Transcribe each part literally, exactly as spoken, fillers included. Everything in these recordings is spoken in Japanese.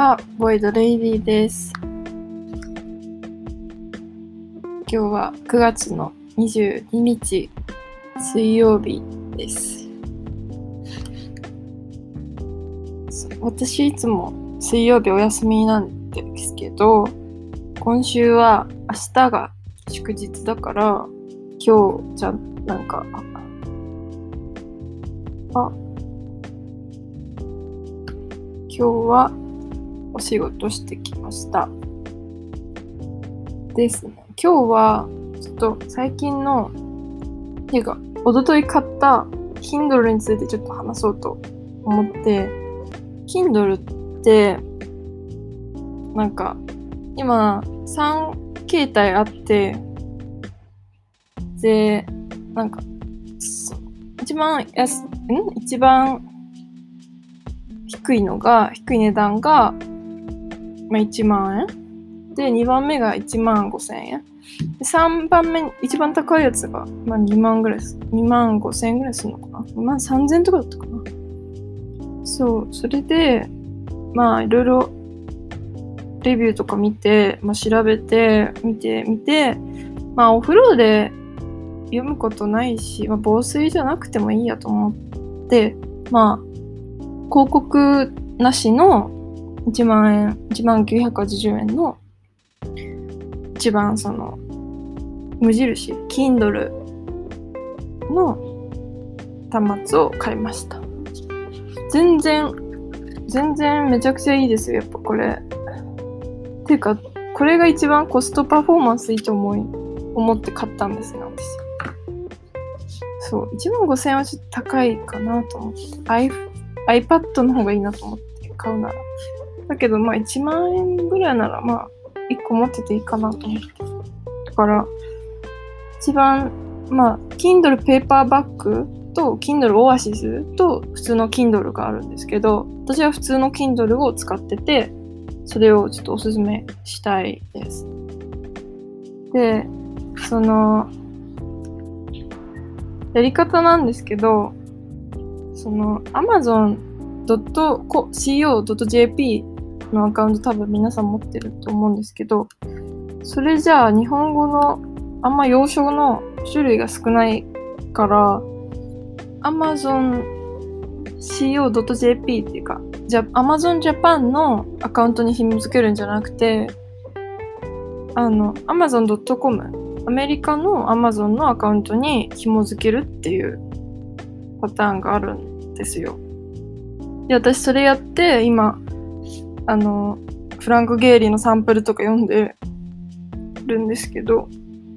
は、ボイドレイビーです。今日はくがつのにじゅうににち水曜日です。私いつも水曜日お休みなんですけど、今週は明日が祝日だから今日じゃなんかあ今日はお仕事してきましたですね。今日はちょっと最近のっていうか一昨日買った Kindle についてちょっと話そうと思って、 Kindle ってなんか今さん形態あって、でなんか一番安ん一番低いのが低い値段がまあ、いちまんえんで、にばんめがいちまんごせんえんで、さんばんめ一番高いやつが、まあ、にまんぐらいです。にまんごせんえんぐらいするのかな、にまんさんぜんえんとかだったかな。そうそれでまあいろいろレビューとか見て、まあ、調べて見てみてまあお風呂で読むことないし、まあ、防水じゃなくてもいいやと思って、まあ広告なしのいちまんえん、いちまんきゅうひゃくはちじゅうえんの一番その無印 Kindle の端末を買いました。全然全然めちゃくちゃいいですよ、やっぱこれ。っていうかこれが一番コストパフォーマンスいいと思い思って買ったんですね、私。そういちまんごせんえんはちょっと高いかなと思って、I、iPad の方がいいなと思って買うなら。だけどまあいちまんえんぐらいならまあいっこ持ってていいかなと思って。だから一番まあ Kindle ペーパーバッグと Kindle オアシスと普通の Kindle があるんですけど、私は普通の Kindle を使ってて、それをちょっとおすすめしたいです。で、そのやり方なんですけど、その アマゾンドットコム シーオードットジェーピー のアカウント多分皆さん持ってると思うんですけど、それじゃあ日本語のあんま洋書の種類が少ないから アマゾンシーオードットジェーピー っていうか、じゃあ Amazon Japan のアカウントに紐付けるんじゃなくて、あの アマゾンドットコム アメリカの Amazon のアカウントに紐付けるっていうパターンがあるんですよ。で、私それやって今あのフランク・ゲーリーのサンプルとか読んでるんですけど、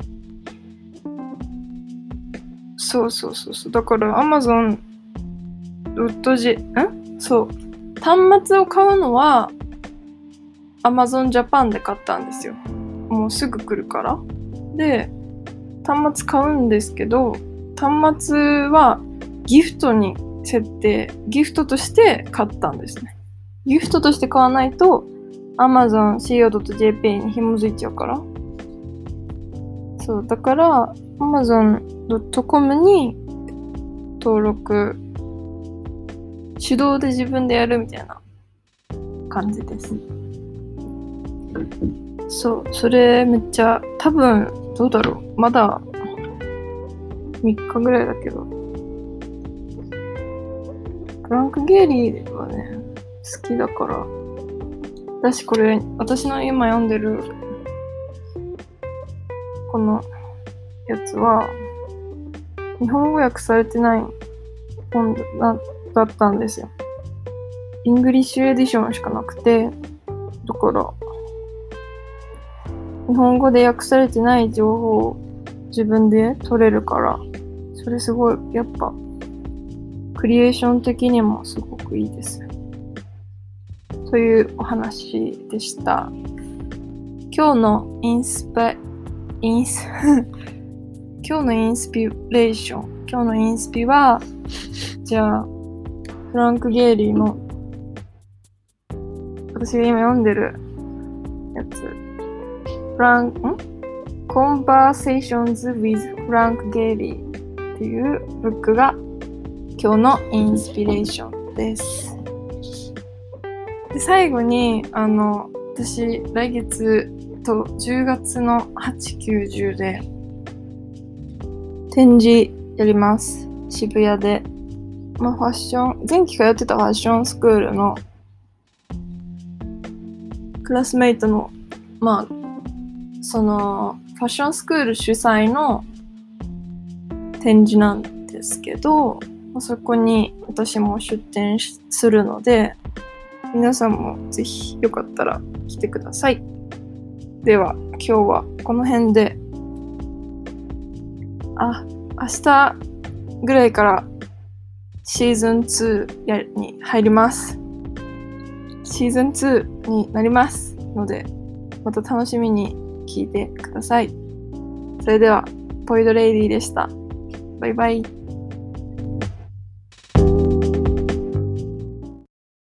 そうそうそうそうだから Amazon ドットジんそう端末を買うのは Amazon Japan で買ったんですよ。もうすぐ来るから。で端末買うんですけど、端末はギフトに設定ギフトとして買ったんですね。ギフトとして買わないと Amazon シーオードットジェーピー に紐づいちゃうから。そうだから アマゾンドットコム に登録手動で自分でやるみたいな感じです。そうそれめっちゃ多分どうだろう、まだみっかぐらいだけど、フランク・ゲーリーはね好きだから。私これ私の今読んでるこのやつは日本語訳されてない本だだったんですよ。イングリッシュエディションしかなくて、だから日本語で訳されてない情報を自分で取れるから、それすごいやっぱクリエーション的にもすごくいいです。というお話でした。今日のインスパインス今日のインスピレーション今日のインスピはじゃあフランク・ゲーリーの私が今読んでるやつ、フランん Conversations with Frank Gehry っていうブックが今日のインスピレーションです。 で、最後に、あの、私、来月とじゅうがつのはち、きゅう、じゅうで展示やります。渋谷で。まあ、ファッション、前期通ってたファッションスクールのクラスメイトの、まあ、その、ファッションスクール主催の展示なんですけど、そこに私も出展するので、皆さんもぜひよかったら来てください。では、今日はこの辺で、あ、明日ぐらいからシーズンツーやに入ります。シーズンツーになりますので、また楽しみに聞いてください。それでは、ポイドレイディでした。バイバイ。